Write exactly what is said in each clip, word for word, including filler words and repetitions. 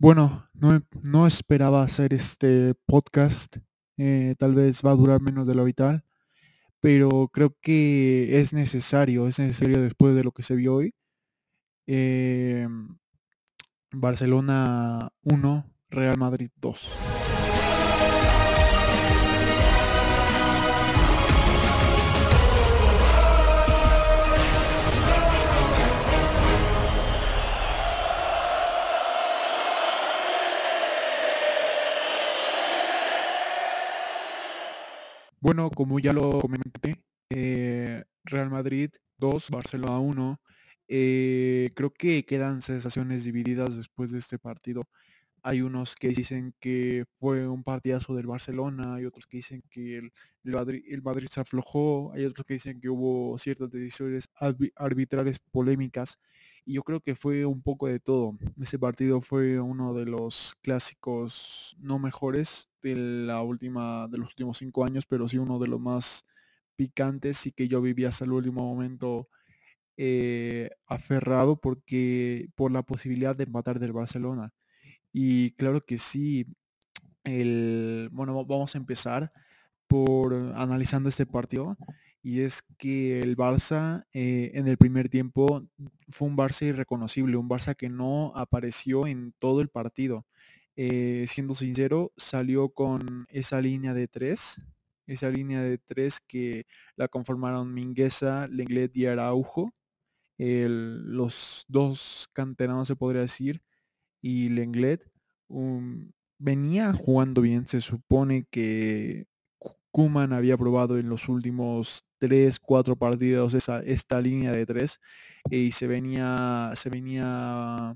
Bueno, no, no esperaba hacer este podcast. Eh, tal vez va a durar menos de lo habitual, pero creo que es necesario, es necesario después de lo que se vio hoy. Eh, Barcelona uno, Real Madrid dos. Bueno, como ya lo comenté, eh, Real Madrid dos, Barcelona uno. Eh, creo que quedan sensaciones divididas después de este partido. Hay unos que dicen que fue un partidazo del Barcelona, hay otros que dicen que el, el Madrid, el Madrid se aflojó, hay otros que dicen que hubo ciertas decisiones arbi- arbitrales polémicas, y yo creo que fue un poco de todo. Ese partido fue uno de los clásicos no mejores de la última, de los últimos cinco años, pero sí uno de los más picantes y que yo viví hasta el último momento eh, aferrado porque por la posibilidad de empatar del Barcelona. Y claro que sí, el, bueno, va- vamos a empezar por analizando este partido. Y es que el Barça eh, en el primer tiempo fue un Barça irreconocible, un Barça que no apareció en todo el partido. Eh, siendo sincero, salió con esa línea de tres, esa línea de tres que la conformaron Mingueza, Lenglet y Araujo, el- los dos canteranos se podría decir, y Lenglet um, venía jugando bien. Se supone que Kuman había probado en los últimos tres, cuatro partidos esa, esta línea de tres y se venía, se venía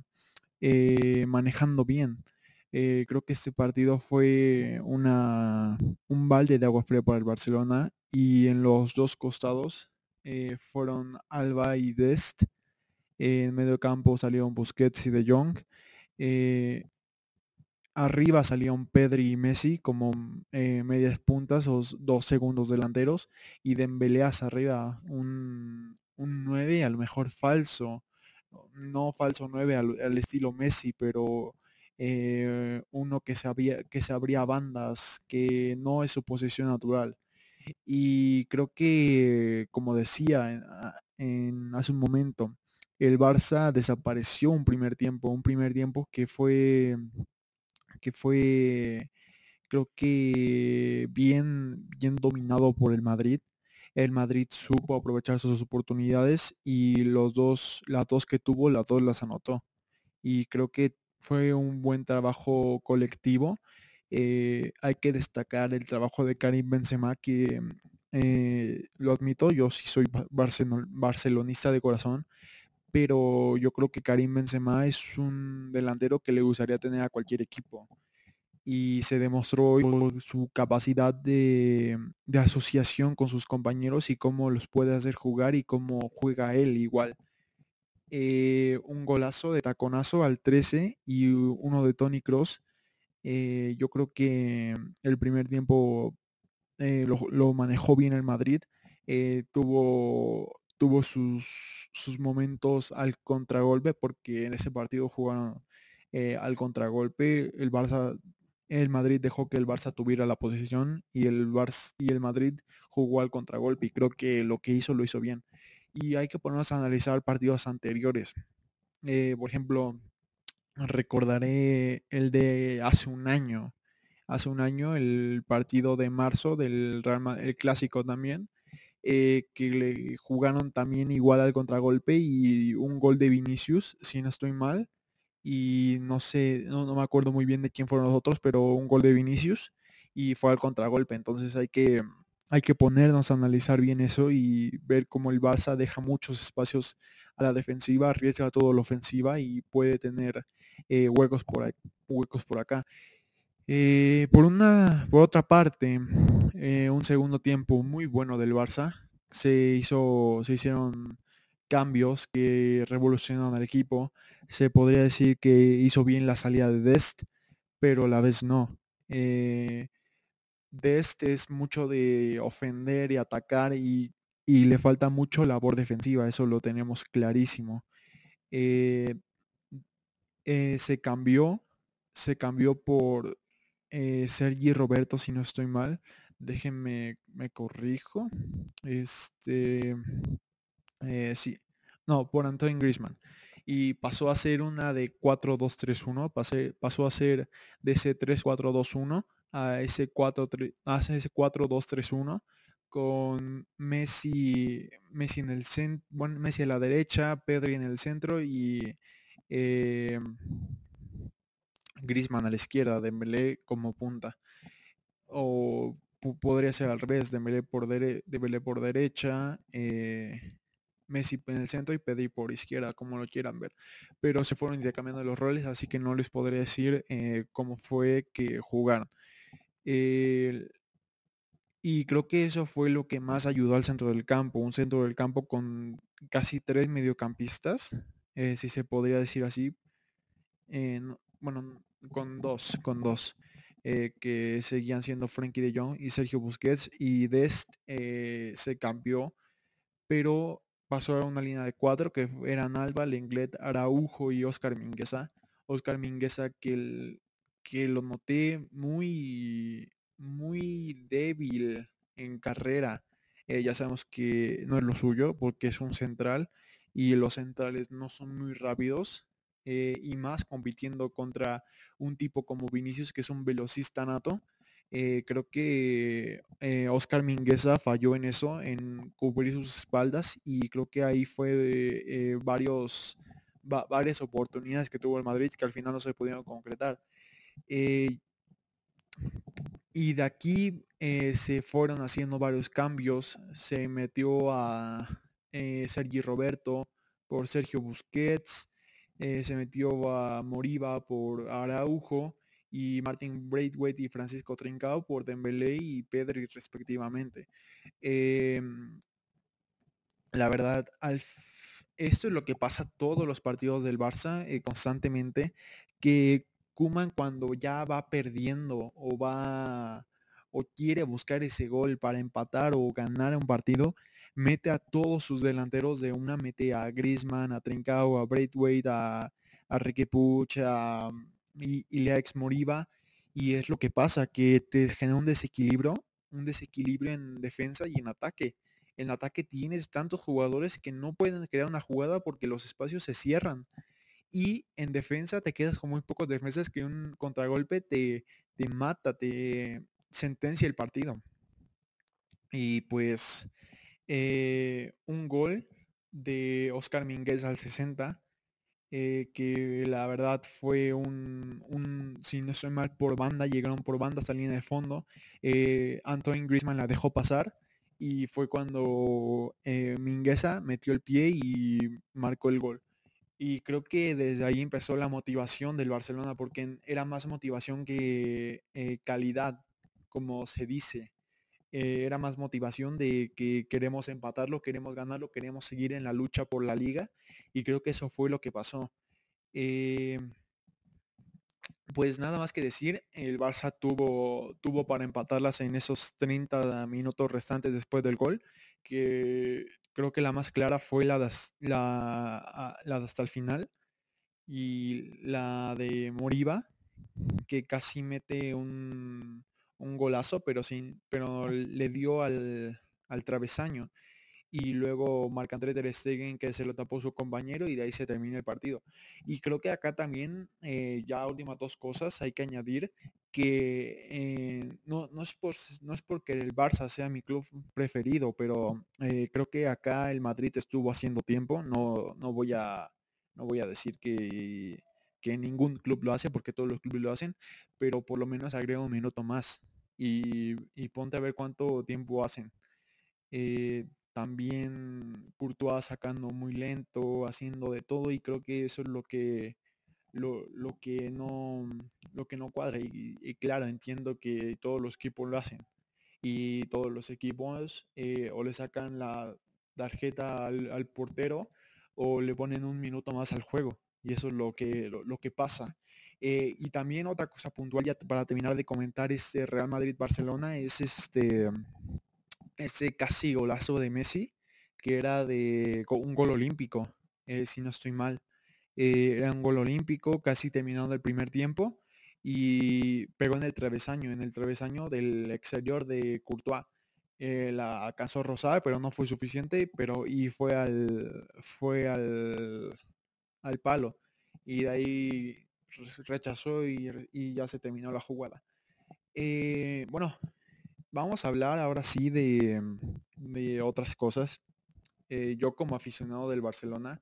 eh, manejando bien. Eh, creo que este partido fue una, un balde de agua fría para el Barcelona y en los dos costados eh, fueron Alba y Dest. En medio campo salieron Busquets y De Jong. Eh, Arriba salieron Pedri y Messi como eh, medias puntas o s- dos segundos delanteros y Dembélé hacia arriba, un, un nueve, a lo mejor falso, no falso nueve al, al estilo Messi, pero eh, uno que se, abría, que se abría bandas, que no es su posición natural. Y creo que, como decía en, a- en hace un momento, el Barça desapareció un primer tiempo, un primer tiempo que fue que fue, creo que bien, bien dominado por el Madrid. El Madrid supo aprovechar sus oportunidades y los dos, las dos que tuvo, las dos las anotó. Y creo que fue un buen trabajo colectivo. Eh, hay que destacar el trabajo de Karim Benzema, que eh, lo admito, yo sí soy barceno- barcelonista de corazón, pero yo creo que Karim Benzema es un delantero que le gustaría tener a cualquier equipo y se demostró hoy su capacidad de, de asociación con sus compañeros y cómo los puede hacer jugar y cómo juega él igual. Eh, un golazo de taconazo al trece y uno de Tony Cross. Eh, yo creo que el primer tiempo eh, lo, lo manejó bien el Madrid. Eh, tuvo, tuvo sus, sus momentos al contragolpe porque en ese partido jugaron eh, al contragolpe. El Barça, el Madrid dejó que el Barça tuviera la posición y el Barça, y el Madrid jugó al contragolpe y creo que lo que hizo lo hizo bien. Y hay que ponernos a analizar partidos anteriores. Eh, por ejemplo, recordaré el de hace un año. Hace un año, el partido de marzo del Real Ma- el clásico también, eh, que le jugaron también igual al contragolpe y un gol de Vinicius, si no estoy mal. Y no sé, no, no me acuerdo muy bien de quién fueron los otros, pero un gol de Vinicius y fue al contragolpe. Entonces hay que, hay que ponernos a analizar bien eso y ver cómo el Barça deja muchos espacios a la defensiva, arriesga todo la ofensiva y puede tener eh, huecos, por ahí- huecos por acá. Eh, por una, por otra parte, eh, un segundo tiempo muy bueno del Barça. Se hizo, se hicieron cambios que revolucionaron al equipo. Se podría decir que hizo bien la salida de Dest, pero a la vez no. Eh, Dest es mucho de ofender y atacar y, y le falta mucho labor defensiva, eso lo tenemos clarísimo. Eh, eh, Se cambió, se cambió por eh, Sergi Roberto, si no estoy mal. Déjenme, me corrijo. Este, eh, sí, no, por Antoine Griezmann. Y pasó a ser una de cuatro dos tres uno, pasé, pasó a ser de ese tres cuatro dos uno a ese cuatro dos tres uno con Messi, Messi en el centro, bueno, Messi a la derecha, Pedri en el centro y eh, Griezmann a la izquierda, Dembélé como punta. O podría ser al revés, Dembélé por, dere Dembélé por derecha, eh, Messi en el centro y Pedri por izquierda, como lo quieran ver. Pero se fueron intercambiando los roles, así que no les podré decir eh, cómo fue que jugaron. Eh, y creo que eso fue lo que más ayudó al centro del campo, un centro del campo con casi tres mediocampistas, eh, si se podría decir así, eh, no, bueno, con dos, con dos, eh, que seguían siendo Frankie de Jong y Sergio Busquets, y Dest eh, se cambió, pero pasó a una línea de cuatro que eran Alba, Lenglet, Araujo y Oscar Mingueza. Oscar Mingueza que, el, que lo noté muy, muy débil en carrera. Eh, ya sabemos que no es lo suyo porque es un central y los centrales no son muy rápidos, eh, y más compitiendo contra un tipo como Vinicius que es un velocista nato. Eh, creo que eh, Oscar Mingueza falló en eso, en cubrir sus espaldas, y creo que ahí fue eh, varios, va, varias oportunidades que tuvo el Madrid que al final no se pudieron concretar. Eh, y de aquí eh, se fueron haciendo varios cambios. Se metió a eh, Sergi Roberto por Sergio Busquets. Eh, se metió a Moriba por Araujo y Martin Braithwaite y Francisco Trincao por Dembélé y Pedri respectivamente. Eh, la verdad, al esto es lo que pasa todos los partidos del Barça eh, constantemente, que Koeman cuando ya va perdiendo o va o quiere buscar ese gol para empatar o ganar un partido, mete a todos sus delanteros de una, mete a Griezmann, a Trincao, a Braithwaite, a, a Riqui Puig, a y, y a ex Moriba, y es lo que pasa, que te genera un desequilibrio, un desequilibrio en defensa y en ataque. En ataque tienes tantos jugadores que no pueden crear una jugada porque los espacios se cierran. Y en defensa te quedas con muy pocos defensas que un contragolpe te, te mata, te sentencia el partido. Y pues eh, un gol de Oscar Mínguez al sesenta, eh, que la verdad fue un, un, si no estoy mal, por banda, llegaron por banda hasta la línea de fondo. Eh, Antoine Griezmann la dejó pasar y fue cuando eh, Mingueza metió el pie y marcó el gol. Y creo que desde ahí empezó la motivación del Barcelona, porque era más motivación que eh, calidad, como se dice. Eh, era más motivación de que queremos empatarlo, queremos ganarlo, queremos seguir en la lucha por la liga, y creo que eso fue lo que pasó. Eh, pues nada más que decir, el Barça tuvo, tuvo para empatarlas en esos treinta minutos restantes después del gol, que creo que la más clara fue la de, la, la de hasta el final, y la de Moriba, que casi mete un, un golazo, pero, sin, pero le dio al, al travesaño. Y luego Marc-André Ter Stegen que se lo tapó su compañero y de ahí se termina el partido. Y creo que acá también, eh, ya últimas dos cosas, hay que añadir que eh, no, no, es por, no es porque el Barça sea mi club preferido, pero eh, creo que acá el Madrid estuvo haciendo tiempo. No, no, voy, a, no voy a decir que, que ningún club lo hace, porque todos los clubes lo hacen, pero por lo menos agrega un minuto más y, y ponte a ver cuánto tiempo hacen. Eh, también Courtois sacando muy lento, haciendo de todo, y creo que eso es lo que lo, lo que no lo que no cuadra. Y, y claro, entiendo que todos los equipos lo hacen, y todos los equipos eh, o le sacan la tarjeta al, al, portero o le ponen un minuto más al juego, y eso es lo que lo, lo que pasa. Eh, y también otra cosa puntual, ya para terminar de comentar este Real Madrid-Barcelona, es este ese casi golazo de Messi, que era de un gol olímpico, eh, si no estoy mal. Eh, era un gol olímpico, casi terminando el primer tiempo, y pegó en el travesaño, en el travesaño del exterior de Courtois. Eh, la alcanzó a rozar, pero no fue suficiente, pero y fue al fue al, al palo. Y de ahí rechazó y, y ya se terminó la jugada. Eh, bueno, vamos a hablar ahora sí de, de otras cosas. Eh, yo como aficionado del Barcelona,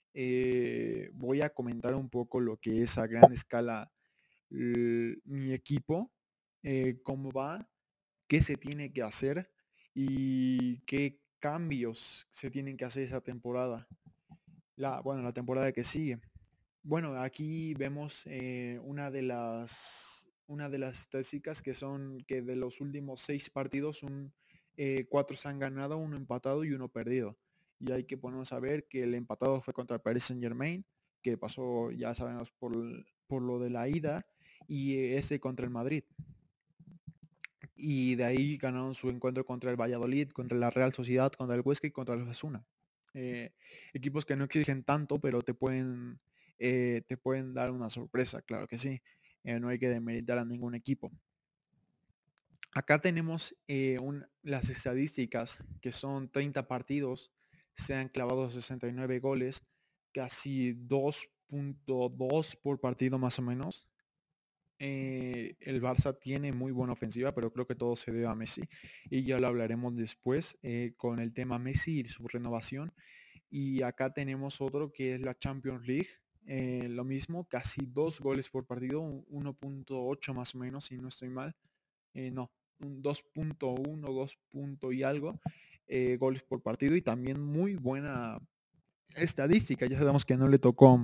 eh, voy a comentar un poco lo que es a gran escala l- mi equipo, eh, cómo va, qué se tiene que hacer y qué cambios se tienen que hacer esa temporada. La, bueno, la temporada que sigue. Bueno, aquí vemos eh, una de las una de las estadísticas que son que de los últimos seis partidos, un, eh, cuatro se han ganado, uno empatado y uno perdido. Y hay que ponernos a ver que el empatado fue contra el Paris Saint Germain, que pasó, ya sabemos, por, por lo de la ida, y eh, este contra el Madrid. Y de ahí ganaron su encuentro contra el Valladolid, contra la Real Sociedad, contra el Huesca y contra el Osasuna. Eh, equipos que no exigen tanto, pero te pueden, eh, te pueden dar una sorpresa, claro que sí. Eh, no hay que demeritar a ningún equipo. Acá tenemos eh, un, las estadísticas, que son treinta partidos, se han clavado sesenta y nueve goles, casi dos punto dos por partido más o menos. Eh, el Barça tiene muy buena ofensiva, pero creo que todo se debe a Messi. Y ya lo hablaremos después eh, con el tema Messi y su renovación. Y acá tenemos otro que es la Champions League. Eh, lo mismo, casi dos goles por partido, uno punto ocho más o menos, si no estoy mal. Eh, no, un dos punto uno, dos punto y algo eh, goles por partido. Y también muy buena estadística. Ya sabemos que no le tocó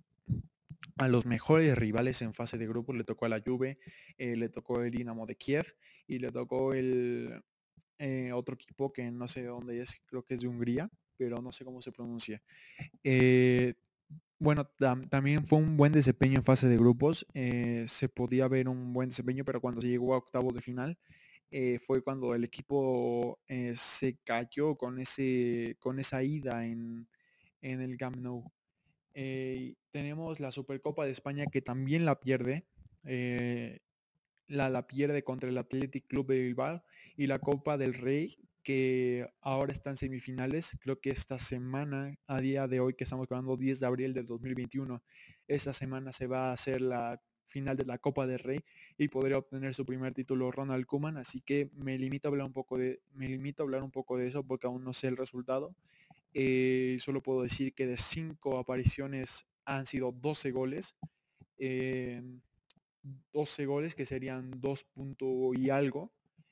a los mejores rivales en fase de grupos. Le tocó a la Juve, eh, le tocó el Dinamo de Kiev y le tocó el eh, otro equipo que no sé dónde es, creo que es de Hungría, pero no sé cómo se pronuncia. Eh, bueno, tam también fue un buen desempeño en fase de grupos. Eh, se podía ver un buen desempeño, pero cuando se llegó a octavos de final, eh, fue cuando el equipo eh, se cayó con, ese, con esa ida en, en el Camp Nou. Eh, tenemos la Supercopa de España que también la pierde. eh, la, la pierde contra el Athletic Club de Bilbao y la Copa del Rey que ahora está en semifinales. Creo que esta semana, a día de hoy que estamos grabando diez de abril del dos mil veintiuno, esta semana se va a hacer la final de la Copa del Rey y podría obtener su primer título Ronald Koeman, así que me limito a hablar un poco de me limito a hablar un poco de eso porque aún no sé el resultado. Eh, solo puedo decir que de cinco apariciones han sido doce goles. Eh, doce goles que serían dos puntos y algo.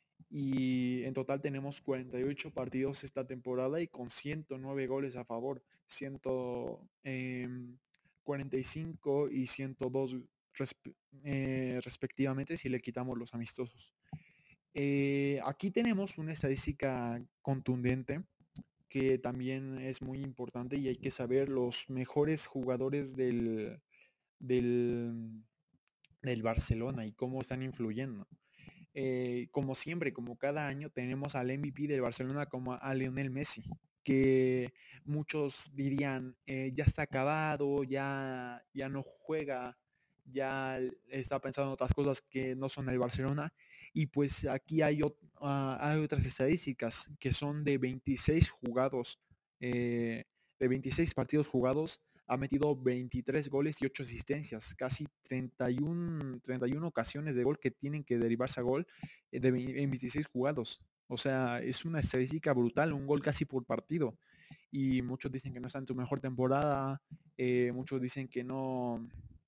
Y en total tenemos cuarenta y ocho partidos esta temporada y con ciento nueve goles a favor. ciento cuarenta y cinco y ciento dos resp eh, respectivamente si le quitamos los amistosos. Eh, aquí tenemos una estadística contundente que también es muy importante y hay que saber los mejores jugadores del, del, del Barcelona y cómo están influyendo. Eh, como siempre, como cada año, tenemos al M V P del Barcelona como a Lionel Messi, que muchos dirían, eh, ya está acabado, ya, ya no juega, ya está pensando en otras cosas que no son el Barcelona. Y pues aquí hay, ot- uh, hay otras estadísticas que son de veintiséis jugados, eh, de veintiséis partidos jugados, ha metido veintitrés goles y ocho asistencias, casi treinta y uno, treinta y uno ocasiones de gol que tienen que derivarse a gol eh, de en veintiséis jugados. O sea, es una estadística brutal, un gol casi por partido. Y muchos dicen que no está en su mejor temporada, eh, muchos dicen que no,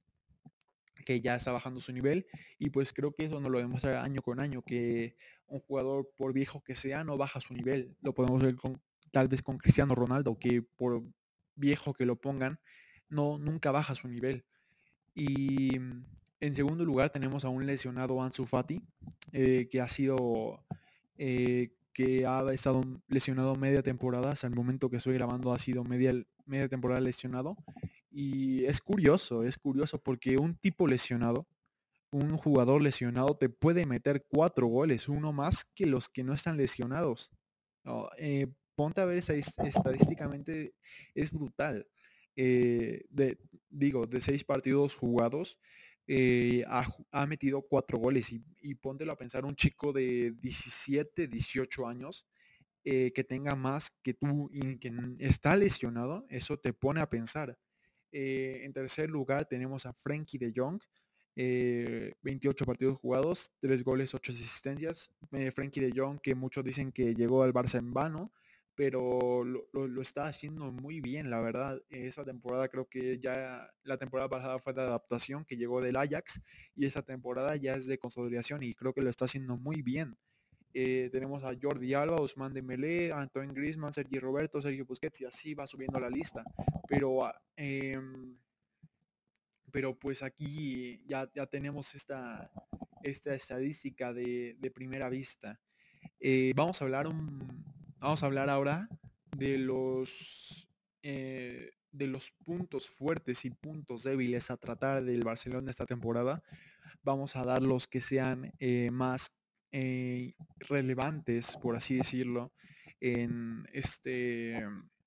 que ya está bajando su nivel. Y pues creo que eso nos lo demuestra año con año, que un jugador, por viejo que sea, no baja su nivel. Lo podemos ver con, tal vez con Cristiano Ronaldo, que por viejo que lo pongan, no, nunca baja su nivel. Y en segundo lugar tenemos a un lesionado Ansu Fati, eh, que ha sido, eh, que ha estado lesionado media temporada. Hasta el momento que estoy grabando ha sido media, media temporada lesionado. Y es curioso, es curioso porque un tipo lesionado, un jugador lesionado te puede meter cuatro goles, uno más que los que no están lesionados. No, eh, ponte a ver esa estadísticamente, es brutal. Eh, de, digo, de seis partidos jugados, eh, ha, ha metido cuatro goles y, y póntelo a pensar, un chico de diecisiete, dieciocho años eh, que tenga más que tú y que está lesionado, eso te pone a pensar. Eh, en tercer lugar tenemos a Frenkie de Jong, eh, veintiocho partidos jugados, tres goles, ocho asistencias. Eh, Frenkie de Jong, que muchos dicen que llegó al Barça en vano, pero lo, lo, lo está haciendo muy bien, la verdad. Esa temporada creo que ya, la temporada pasada fue de adaptación, que llegó del Ajax, y esa temporada ya es de consolidación y creo que lo está haciendo muy bien. Eh, tenemos a Jordi Alba, Ousmane Dembélé, Antoine Griezmann, Sergi Roberto, Sergio Busquets, y así va subiendo la lista. Pero, eh, pero pues aquí ya, ya tenemos esta, esta estadística de, de primera vista. Eh, vamos a hablar un, vamos a hablar ahora de los eh, de los puntos fuertes y puntos débiles a tratar del Barcelona esta temporada. Vamos a dar los que sean eh, más eh, relevantes, por así decirlo, en, este,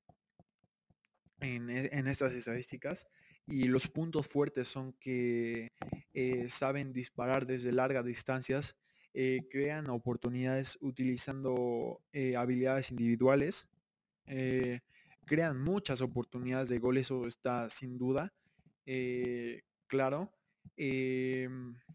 en, e, en estas estadísticas. Y los puntos fuertes son que eh, saben disparar desde largas distancias, eh, crean oportunidades utilizando eh, habilidades individuales, eh, crean muchas oportunidades de gol, eso está sin duda, eh, claro. Eh,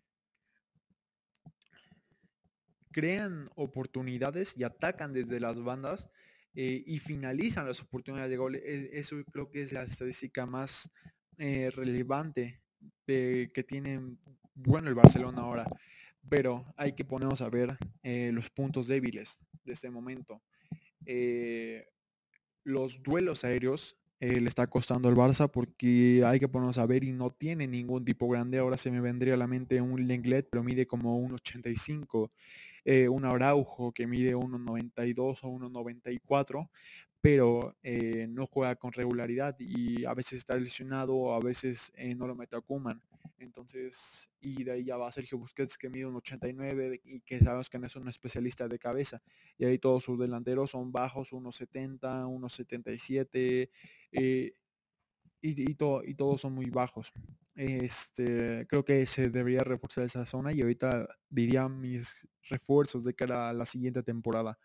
crean oportunidades y atacan desde las bandas eh, y finalizan las oportunidades de gol. Eso creo que es la estadística más eh, relevante de, que tiene bueno el Barcelona ahora. Pero hay que ponernos a ver eh, los puntos débiles de este momento. Eh, los duelos aéreos eh, le está costando al Barça porque hay que ponernos a ver y no tiene ningún tipo grande. Ahora se me vendría a la mente un Lenglet, pero mide como un ochenta y cinco, eh, un Araujo que mide uno noventa y dos o uno noventa y cuatro, pero eh, no juega con regularidad y a veces está lesionado o a veces eh, no lo mete a Koeman. Entonces, y de ahí ya va Sergio Busquets que mide un ochenta y nueve y que sabemos que no es un especialista de cabeza. Y ahí todos sus delanteros son bajos, uno setenta, uno setenta y siete, eh, y, y, to, y todos son muy bajos. Este, creo que se debería reforzar esa zona y ahorita diría mis refuerzos de cara a la siguiente temporada.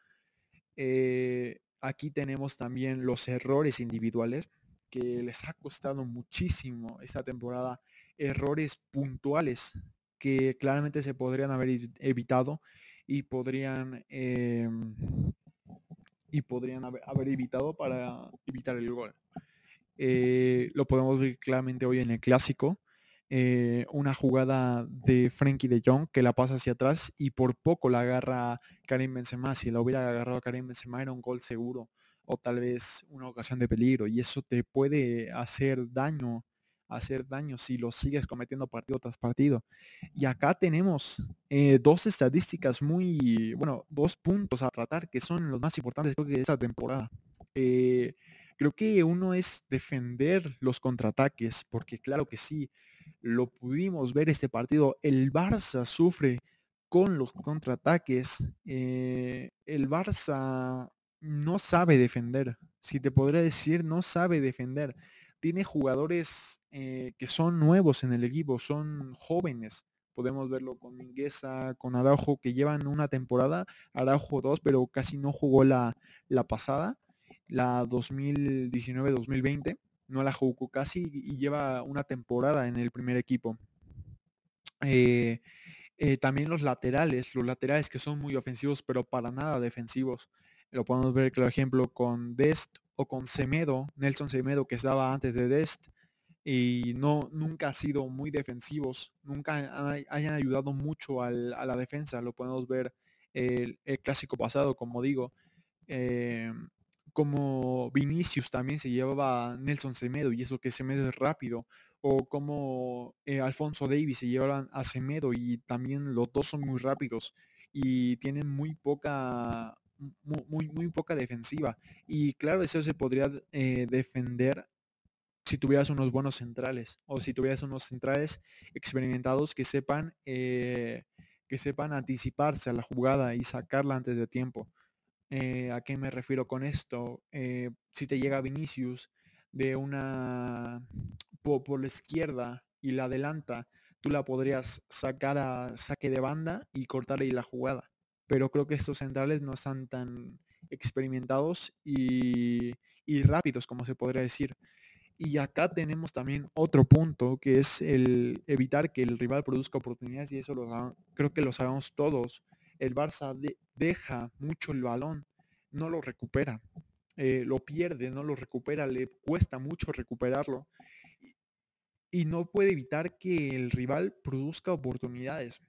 Eh, aquí tenemos también los errores individuales que les ha costado muchísimo esta temporada, errores puntuales que claramente se podrían haber evitado y podrían eh, y podrían haber, haber evitado para evitar el gol. Eh, lo podemos ver claramente hoy en el clásico. Eh, una jugada de Frenkie de Jong que la pasa hacia atrás y por poco la agarra Karim Benzema. Si la hubiera agarrado Karim Benzema era un gol seguro o tal vez una ocasión de peligro, y eso te puede hacer daño, hacer daño si lo sigues cometiendo partido tras partido. Y acá tenemos eh, dos estadísticas muy, bueno, dos puntos a tratar que son los más importantes creo que de esta temporada. Eh, Creo que uno es defender los contraataques, porque claro que sí, lo pudimos ver este partido. El Barça sufre con los contraataques. Eh, el Barça no sabe defender. Si te podría decir, no sabe defender. Tiene jugadores eh, que son nuevos en el equipo, son jóvenes. Podemos verlo con Mingueza, con Araujo, que llevan una temporada, Araujo dos, pero casi no jugó la, la pasada, la dos mil diecinueve dos mil veinte, no la jugó casi y lleva una temporada en el primer equipo. Eh, eh, también los laterales, los laterales que son muy ofensivos, pero para nada defensivos. Lo podemos ver, por ejemplo, con Dest o con Semedo, Nelson Semedo, que estaba antes de Dest, y no, nunca ha sido muy defensivos, nunca hayan ayudado mucho al, a la defensa. Lo podemos ver el, el clásico pasado, como digo. Eh, como Vinicius también se llevaba Nelson Semedo y eso que Semedo es rápido, o como eh, Alfonso Davies se llevaban a Semedo y también los dos son muy rápidos y tienen muy poca muy, muy, muy poca defensiva, y claro, eso se podría eh, defender si tuvieras unos buenos centrales o si tuvieras unos centrales experimentados que sepan eh, que sepan anticiparse a la jugada y sacarla antes de tiempo. Eh, ¿A qué me refiero con esto? Eh, si te llega Vinicius de una por, por la izquierda y la adelanta, tú la podrías sacar a saque de banda y cortar ahí la jugada. Pero creo que estos centrales no están tan experimentados y, y rápidos, como se podría decir. Y acá tenemos también otro punto, que es el evitar que el rival produzca oportunidades, y eso lo, creo que lo sabemos todos. El Barça de, deja mucho el balón, no lo recupera, eh, lo pierde, no lo recupera, le cuesta mucho recuperarlo. Y, y no puede evitar que el rival produzca oportunidades,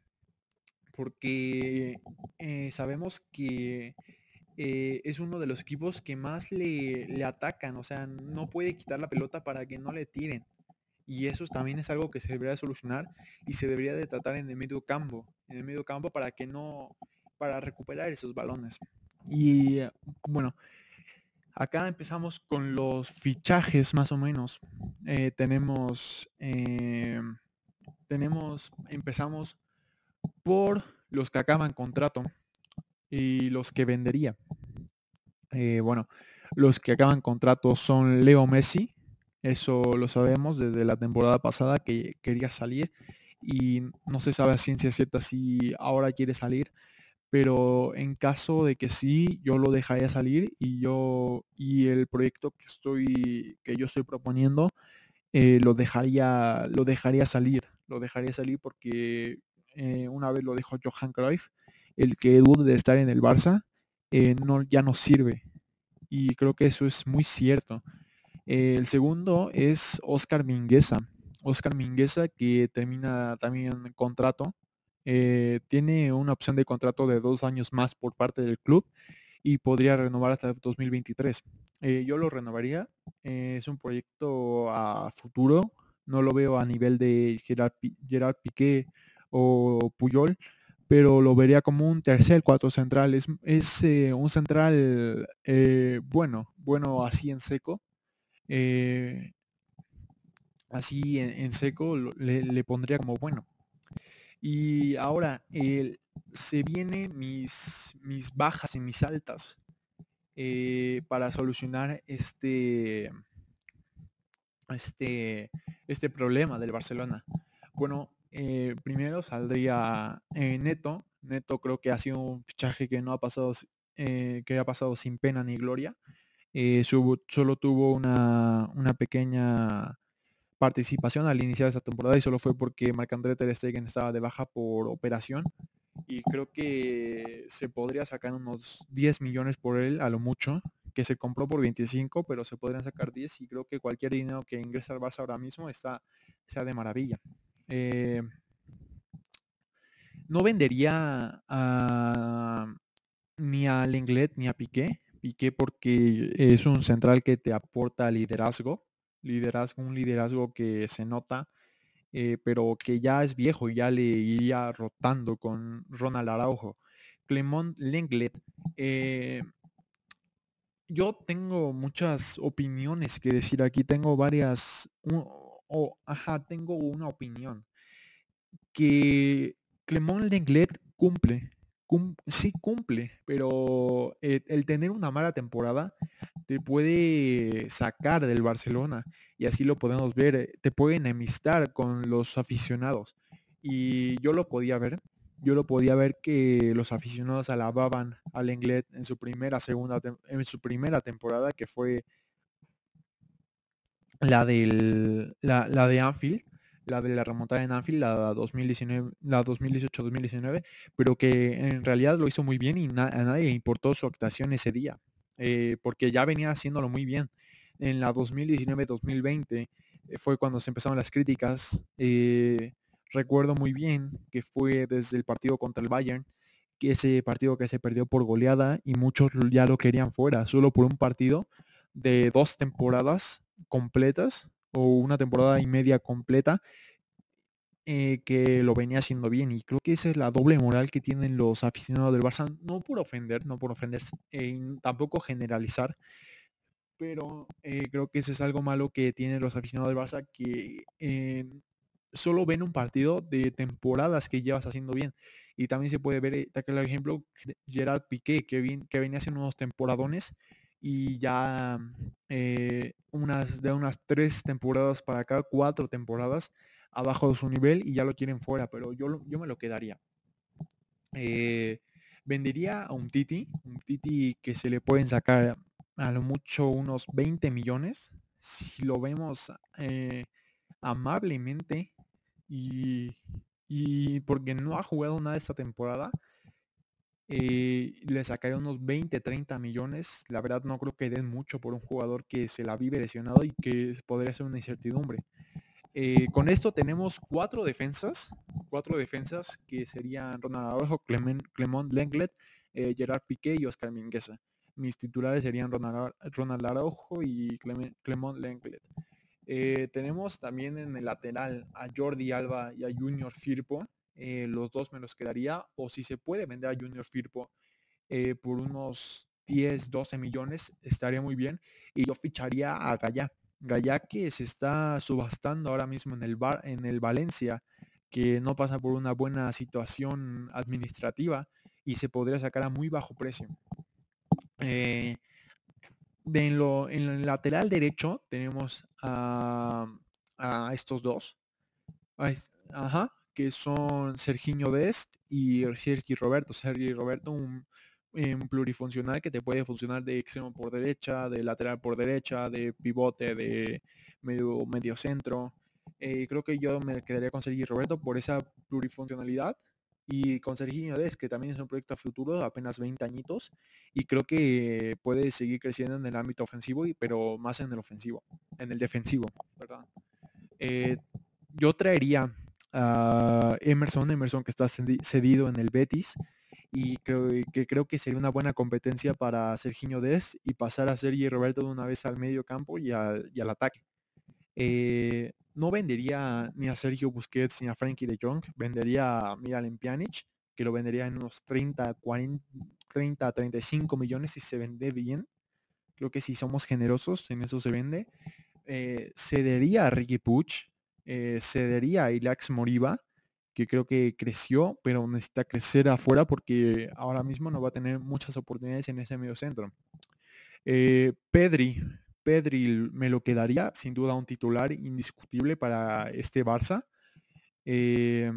porque eh, sabemos que eh, es uno de los equipos que más le, le atacan, o sea, no puede quitar la pelota para que no le tiren. Y eso también es algo que se debería solucionar y se debería de tratar en el medio campo, en el medio campo para que no, para recuperar esos balones. Y bueno, acá empezamos con los fichajes más o menos. Eh, tenemos, eh, tenemos, empezamos por los que acaban contrato y los que vendería. Eh, bueno, los que acaban contrato son Leo Messi, eso lo sabemos desde la temporada pasada que quería salir y no se sabe a ciencia cierta si ahora quiere salir, pero en caso de que sí, yo lo dejaría salir y yo y el proyecto que estoy que yo estoy proponiendo eh, lo dejaría lo dejaría salir, lo dejaría salir porque eh, una vez lo dejó Johan Cruyff, el que dude de estar en el Barça eh, no ya no sirve. Y creo que eso es muy cierto. Eh, el segundo es Oscar Mingueza. Oscar Mingueza, que termina también contrato. Eh, tiene una opción de contrato de dos años más por parte del club y podría renovar hasta dos mil veintitrés. Eh, yo lo renovaría. Eh, es un proyecto a futuro. No lo veo a nivel de Gerard, Gerard Piqué o Puyol, pero lo vería como un tercer cuatro central. Es, es eh, un central eh, bueno, bueno así en seco. Eh, así en, en seco lo, le, le, pondría como bueno. Y ahora eh, se vienen mis, mis bajas y mis altas eh, para solucionar este, este, este problema del Barcelona. Bueno, eh, primero saldría eh, Neto. Neto creo que ha sido un fichaje que no ha pasado, eh, que ha pasado sin pena ni gloria. Eh, su, solo tuvo una, una pequeña participación al iniciar esta temporada y solo fue porque Marc-André Ter Stegen estaba de baja por operación y creo que se podría sacar unos diez millones por él a lo mucho, que se compró por veinticinco, pero se podrían sacar diez y creo que cualquier dinero que ingresa al Barça ahora mismo está, sea de maravilla. Eh, no vendería a, ni a Lenglet ni a Piqué. Piqué porque es un central que te aporta liderazgo, liderazgo, un liderazgo que se nota, eh, pero que ya es viejo y ya le iría rotando con Ronald Araujo. Clement Lenglet, eh, yo tengo muchas opiniones que decir aquí, tengo varias, o oh, ajá, tengo una opinión, que Clement Lenglet cumple, cum, sí cumple, pero el, el tener una mala temporada te puede sacar del Barcelona y así lo podemos ver, te puede enemistar con los aficionados y yo lo podía ver, yo lo podía ver que los aficionados alababan al Lenglet en su primera, segunda, en su primera temporada que fue la, del, la, la de Anfield, la de la remontada en Anfield, la dos mil diecinueve, la dos mil dieciocho dos mil diecinueve, pero que en realidad lo hizo muy bien y na a nadie le importó su actuación ese día, eh, porque ya venía haciéndolo muy bien. En la dos mil diecinueve dos mil veinte eh, fue cuando se empezaron las críticas. Eh, recuerdo muy bien que fue desde el partido contra el Bayern, que ese partido que se perdió por goleada y muchos ya lo querían fuera, solo por un partido de dos temporadas completas o una temporada y media completa eh, que lo venía haciendo bien y creo que esa es la doble moral que tienen los aficionados del Barça, no por ofender, no por ofender, eh, tampoco generalizar, pero eh, creo que eso es algo malo que tienen los aficionados del Barça que eh, solo ven un partido de temporadas que llevas haciendo bien y también se puede ver, eh, el ejemplo, Gerard Piqué que, vin, que venía haciendo unos temporadones y ya eh, unas de unas tres temporadas para acá, cuatro temporadas, abajo de su nivel y ya lo quieren fuera, pero yo, lo- yo me lo quedaría. Eh, Vendería a un Titi, un Titi que se le pueden sacar a lo mucho unos veinte millones, si lo vemos eh, amablemente y, y porque no ha jugado nada esta temporada, eh, le sacaría unos veinte, treinta millones. La verdad no creo que den mucho por un jugador que se la vive lesionado y que podría ser una incertidumbre. Eh, con esto tenemos cuatro defensas, cuatro defensas que serían Ronald Araujo, Clement, Clement Lenglet, eh, Gerard Piqué y Oscar Mingueza. Mis titulares serían Ronald, Ronald Araujo y Clement, Clement Lenglet. Eh, tenemos también en el lateral a Jordi Alba y a Junior Firpo. Eh, los dos me los quedaría, o si se puede vender a Junior Firpo eh, por unos diez, doce millones, estaría muy bien. Y yo ficharía a Gallá. Gallá que se está subastando ahora mismo en el, bar, en el Valencia, que no pasa por una buena situación administrativa y se podría sacar a muy bajo precio. Eh, de en, lo, en el lateral derecho tenemos a, a estos dos. A, ajá, que son Serginho Dest y Sergi Roberto. Sergi Roberto, un, un plurifuncional que te puede funcionar de extremo por derecha, de lateral por derecha, de pivote, de medio, medio centro. Eh, creo que yo me quedaría con Sergi Roberto por esa plurifuncionalidad. Y con Serginho Dest, que también es un proyecto a futuro, apenas veinte añitos, y creo que puede seguir creciendo en el ámbito ofensivo, pero más en el ofensivo, en el defensivo, ¿verdad? Eh, yo traería a Emerson, Emerson que está cedido en el Betis y creo que creo que sería una buena competencia para Serginho Dest y pasar a Sergi Roberto de una vez al medio campo y al, y al ataque. Eh, no vendería ni a Sergio Busquets ni a Frankie de Jong, vendería a Miralem Pjanic, que lo vendería en unos treinta, cuarenta, treinta, treinta y cinco millones si se vende bien. Creo que si somos generosos, en eso se vende. Eh, cedería a Ricky Puig, eh, cedería a Ilax Moriba, que creo que creció, pero necesita crecer afuera porque ahora mismo no va a tener muchas oportunidades en ese medio centro. Eh, Pedri, Pedri me lo quedaría, sin duda un titular indiscutible para este Barça. Eh,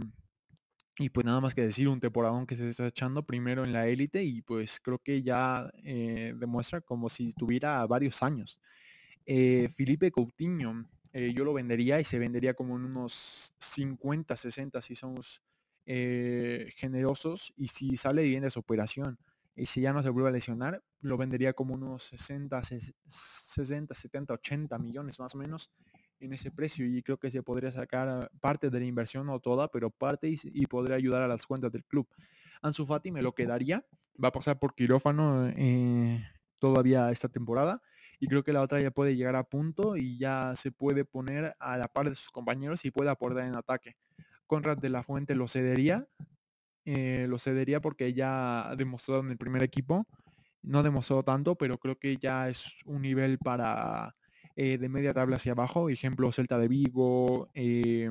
y pues nada más que decir, un temporadón que se está echando primero en la élite y pues creo que ya eh, demuestra como si tuviera varios años. Eh, Felipe Coutinho, eh, yo lo vendería y se vendería como en unos cincuenta, sesenta si somos eh, generosos y si sale bien de su operación y si ya no se vuelve a lesionar, lo vendería como unos sesenta, sesenta, setenta, ochenta millones más o menos en ese precio y creo que se podría sacar parte de la inversión, no toda, pero parte y, y podría ayudar a las cuentas del club. Ansu Fati me lo quedaría, va a pasar por quirófano eh, todavía esta temporada y creo que la otra ya puede llegar a punto y ya se puede poner a la par de sus compañeros y puede aportar en ataque. Conrad de la Fuente lo cedería, eh, lo cedería porque ya ha demostrado en el primer equipo, no ha demostrado tanto, pero creo que ya es un nivel para eh, de media tabla hacia abajo, ejemplo Celta de Vigo, eh,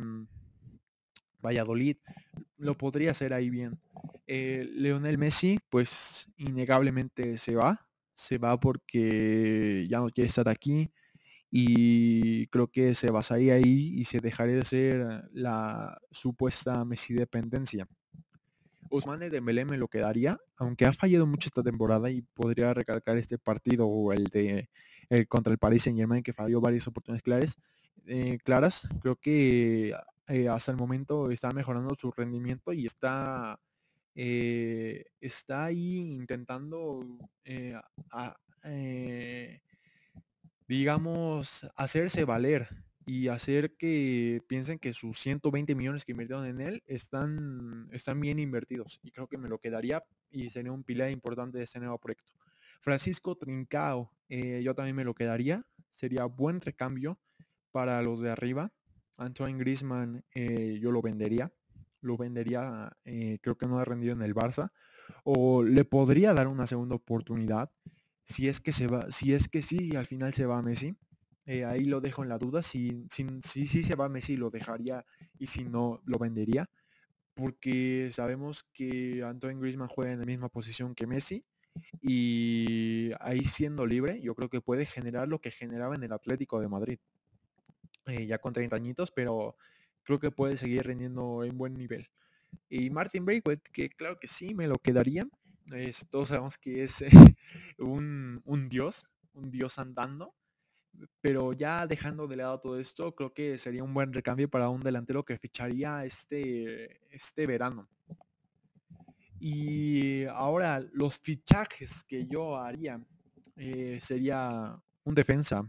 Valladolid, lo podría hacer ahí bien. Eh, Leonel Messi, pues innegablemente se va, se va porque ya no quiere estar aquí y creo que se basaría ahí y se dejaría de ser la supuesta Messi dependencia. Ousmane Dembélé me lo quedaría, aunque ha fallado mucho esta temporada y podría recalcar este partido o el de el contra el Paris Saint-Germain que falló varias oportunidades claras. Eh, claras. Creo que eh, hasta el momento está mejorando su rendimiento y está eh, está ahí intentando eh, a, eh, digamos, hacerse valer y hacer que piensen que sus ciento veinte millones que invirtieron en él están, están bien invertidos. Y creo que me lo quedaría y sería un pilar importante de este nuevo proyecto. Francisco Trincao, eh, yo también me lo quedaría. Sería buen recambio para los de arriba. Antoine Griezmann, eh, yo lo vendería. Lo vendería, eh, creo que no ha rendido en el Barça. O le podría dar una segunda oportunidad si es que se va, si es que sí, al final se va a Messi. Eh, ahí lo dejo en la duda. Si, si, si, si se va a Messi, lo dejaría y si no, lo vendería. Porque sabemos que Antoine Griezmann juega en la misma posición que Messi. Y ahí siendo libre, yo creo que puede generar lo que generaba en el Atlético de Madrid. Eh, ya con treinta añitos, pero creo que puede seguir rindiendo en buen nivel. Y Martin Braithwaite, que claro que sí, me lo quedaría. Es, todos sabemos que es un, un dios, un dios andando. Pero ya dejando de lado todo esto, creo que sería un buen recambio para un delantero que ficharía este, este verano. Y ahora los fichajes que yo haría eh, sería un defensa.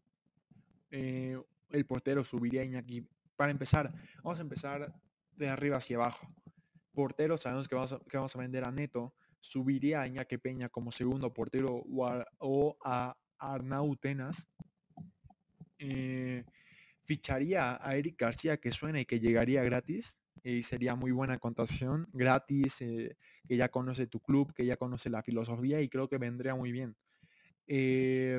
Eh, el portero subiría a Iñaki. Para empezar, vamos a empezar de arriba hacia abajo. Portero, sabemos que vamos a, que vamos a vender a Neto. Subiría a Iñaki Peña como segundo portero o a, o a Arnau Tenas. Eh, ficharía a Eric García, que suena y que llegaría gratis. Y sería muy buena contratación, gratis, eh, que ya conoce tu club, que ya conoce la filosofía y creo que vendría muy bien. Eh,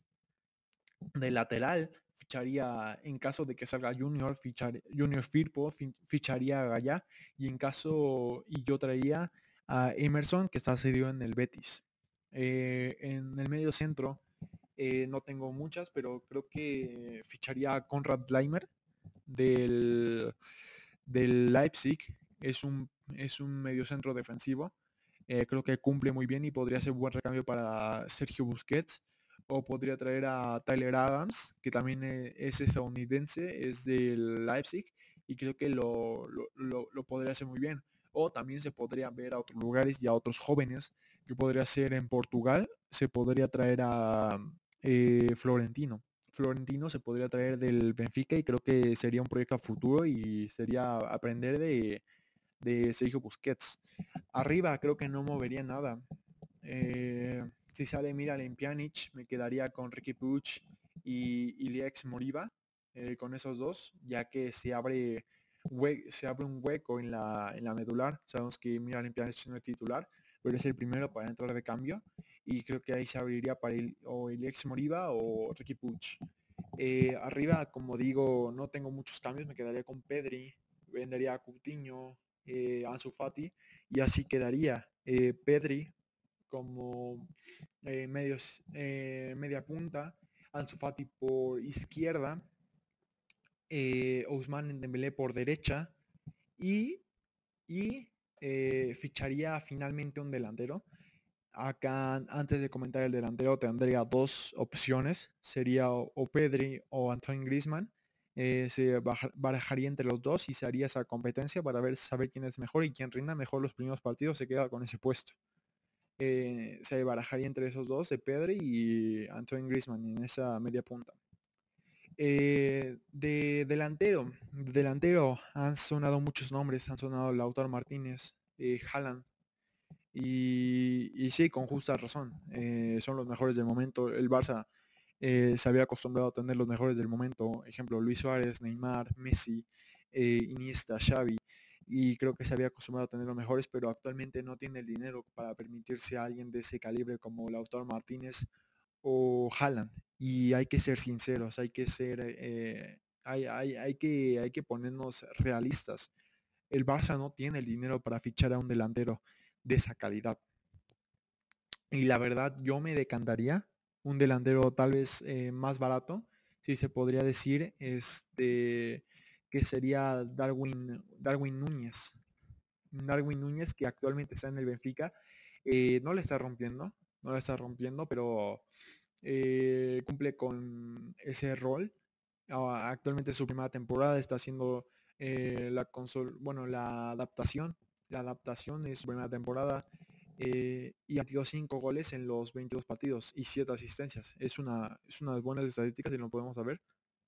de lateral, ficharía, en caso de que salga Junior, fichar, Junior Firpo, ficharía a Gallá y en caso, y yo traería a Emerson, que está cedido en el Betis. Eh, en el medio centro, eh, no tengo muchas, pero creo que ficharía a Konrad Leimer del, del Leipzig. Es un, es un mediocentro defensivo. Eh, creo que cumple muy bien y podría ser buen recambio para Sergio Busquets. O podría traer a Tyler Adams, que también es estadounidense, es del Leipzig, y creo que lo, lo, lo, lo podría hacer muy bien. O también se podría ver a otros lugares y a otros jóvenes, que podría ser en Portugal, se podría traer a eh, Florentino. Florentino se podría traer del Benfica y creo que sería un proyecto a futuro y sería aprender de, de Sergio Busquets. Arriba creo que no movería nada. Eh, si sale Miralem Pjanic, me quedaría con Ricky Puig y Iliex Moriba, eh, con esos dos, ya que se abre, hue- se abre un hueco en la, en la medular. Sabemos que Miralem Pjanic no es titular, pero es el primero para entrar de cambio y creo que ahí se abriría para el, o Iliex Moriba o Ricky Puig. Eh, arriba, como digo, no tengo muchos cambios, me quedaría con Pedri, vendería a Coutinho, eh, Ansu Fati y así quedaría. Eh, Pedri como eh, medios, eh, media punta, Ansu Fati por izquierda, eh, Ousmane Dembélé por derecha y, y eh, ficharía finalmente un delantero. Acá, antes de comentar el delantero, tendría dos opciones. Sería o, o Pedri o Antoine Griezmann. Eh, se barajaría entre los dos y se haría esa competencia para ver, saber quién es mejor y quién rinda mejor los primeros partidos se queda con ese puesto. Eh, se barajaría entre esos dos, de Pedri y Antoine Griezmann en esa media punta. Eh, de delantero, delantero han sonado muchos nombres, han sonado Lautaro Martínez, eh, Haaland, y, y, sí, con justa razón, eh, son los mejores del momento. El Barça eh, se había acostumbrado a tener los mejores del momento, ejemplo, Luis Suárez, Neymar, Messi, eh, Iniesta, Xavi, y creo que se había acostumbrado a tener los mejores, pero actualmente no tiene el dinero para permitirse a alguien de ese calibre como Lautaro Martínez o Haaland. Y hay que ser sinceros, hay que ser, eh, hay, hay, hay, que, hay que ponernos realistas. El Barça no tiene el dinero para fichar a un delantero de esa calidad. Y la verdad, yo me decantaría un delantero tal vez eh, más barato, si se podría decir, este, que sería Darwin, Darwin Núñez. Darwin Núñez, que actualmente está en el Benfica, eh, no le está rompiendo, no le está rompiendo, pero eh, cumple con ese rol. Ah, actualmente es su primera temporada, está haciendo eh, la consol bueno, la adaptación. La adaptación es su primera temporada eh, y ha metido cinco goles en los veintidós partidos y siete asistencias. Es una, es unas buenas estadísticas y lo podemos saber.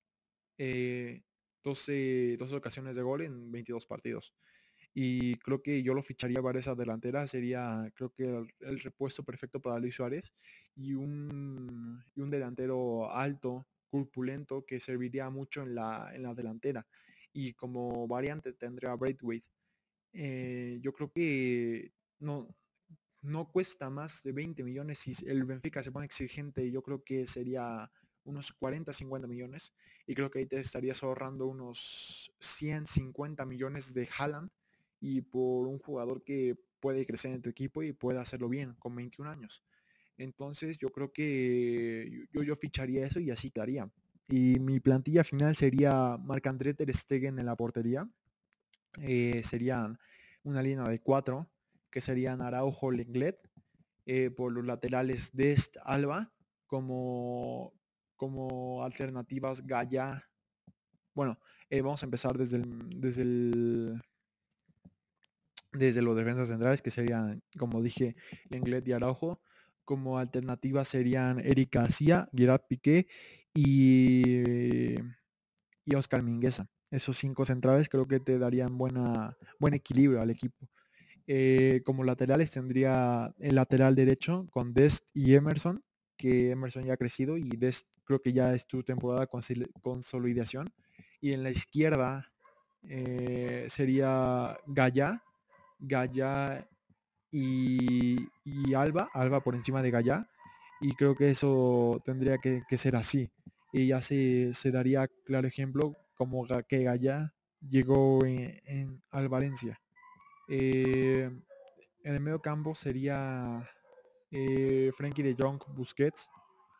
Eh, doce, doce ocasiones de gol en veintidós partidos. Y creo que yo lo ficharía para esa delantera. Sería, creo que el, el repuesto perfecto para Luis Suárez y un, y un delantero alto, corpulento, que serviría mucho en la, en la delantera. Y como variante tendría a Braithwaite. Eh, yo creo que no, no cuesta más de veinte millones. Si el Benfica se pone exigente, yo creo que sería unos cuarenta, cincuenta millones. Y creo que ahí te estarías ahorrando unos cien, cincuenta millones de Haaland y por un jugador que puede crecer en tu equipo y puede hacerlo bien con veintiún años. Entonces yo creo que yo, yo ficharía eso y así quedaría. Y mi plantilla final sería Marc-André ter Stegen en la portería. Eh, serían una línea de cuatro, que serían Araujo, Lenglet. Eh, por los laterales Dest, Alba, como, como alternativas Gaya. Bueno, eh, vamos a empezar desde el, desde el, desde los defensas centrales, que serían, como dije, Lenglet y Araujo. Como alternativas serían Eric García, Gerard Piqué y, y Oscar Mingueza. Esos cinco centrales creo que te darían buena, buen equilibrio al equipo. Eh, como laterales tendría el lateral derecho con Dest y Emerson, que Emerson ya ha crecido y Dest creo que ya es tu temporada con consolidación. Y en la izquierda eh, sería Gaya, Gaya y, y, Alba, Alba por encima de Gaya. Y creo que eso tendría que, que ser así. Y ya se, se, daría claro ejemplo como que Gaya llegó en, en, al Valencia. Eh, en el medio campo sería eh, Frenkie de Jong, Busquets.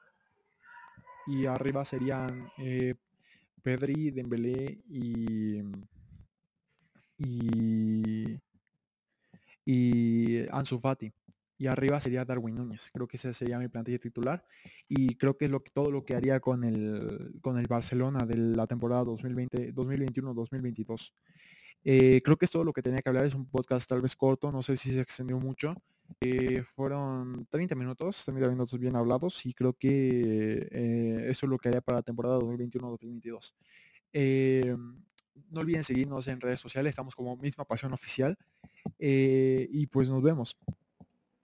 Y arriba serían eh, Pedri, Dembélé y, y, y Ansu Fati. Y arriba sería Darwin Núñez. Creo que esa sería mi plantilla titular. Y creo que es lo, todo lo que haría con el, con el Barcelona de la temporada dos mil veinte, dos mil veintiuno dos mil veintidós. Eh, creo que es todo lo que tenía que hablar. Es un podcast tal vez corto, no sé si se extendió mucho. Eh, fueron treinta minutos, treinta minutos bien hablados y creo que eh, eso es lo que haría para la temporada dos mil veintiuno dos mil veintidós. Eh, no olviden seguirnos en redes sociales, estamos como Misma Pasión Oficial eh, y pues nos vemos.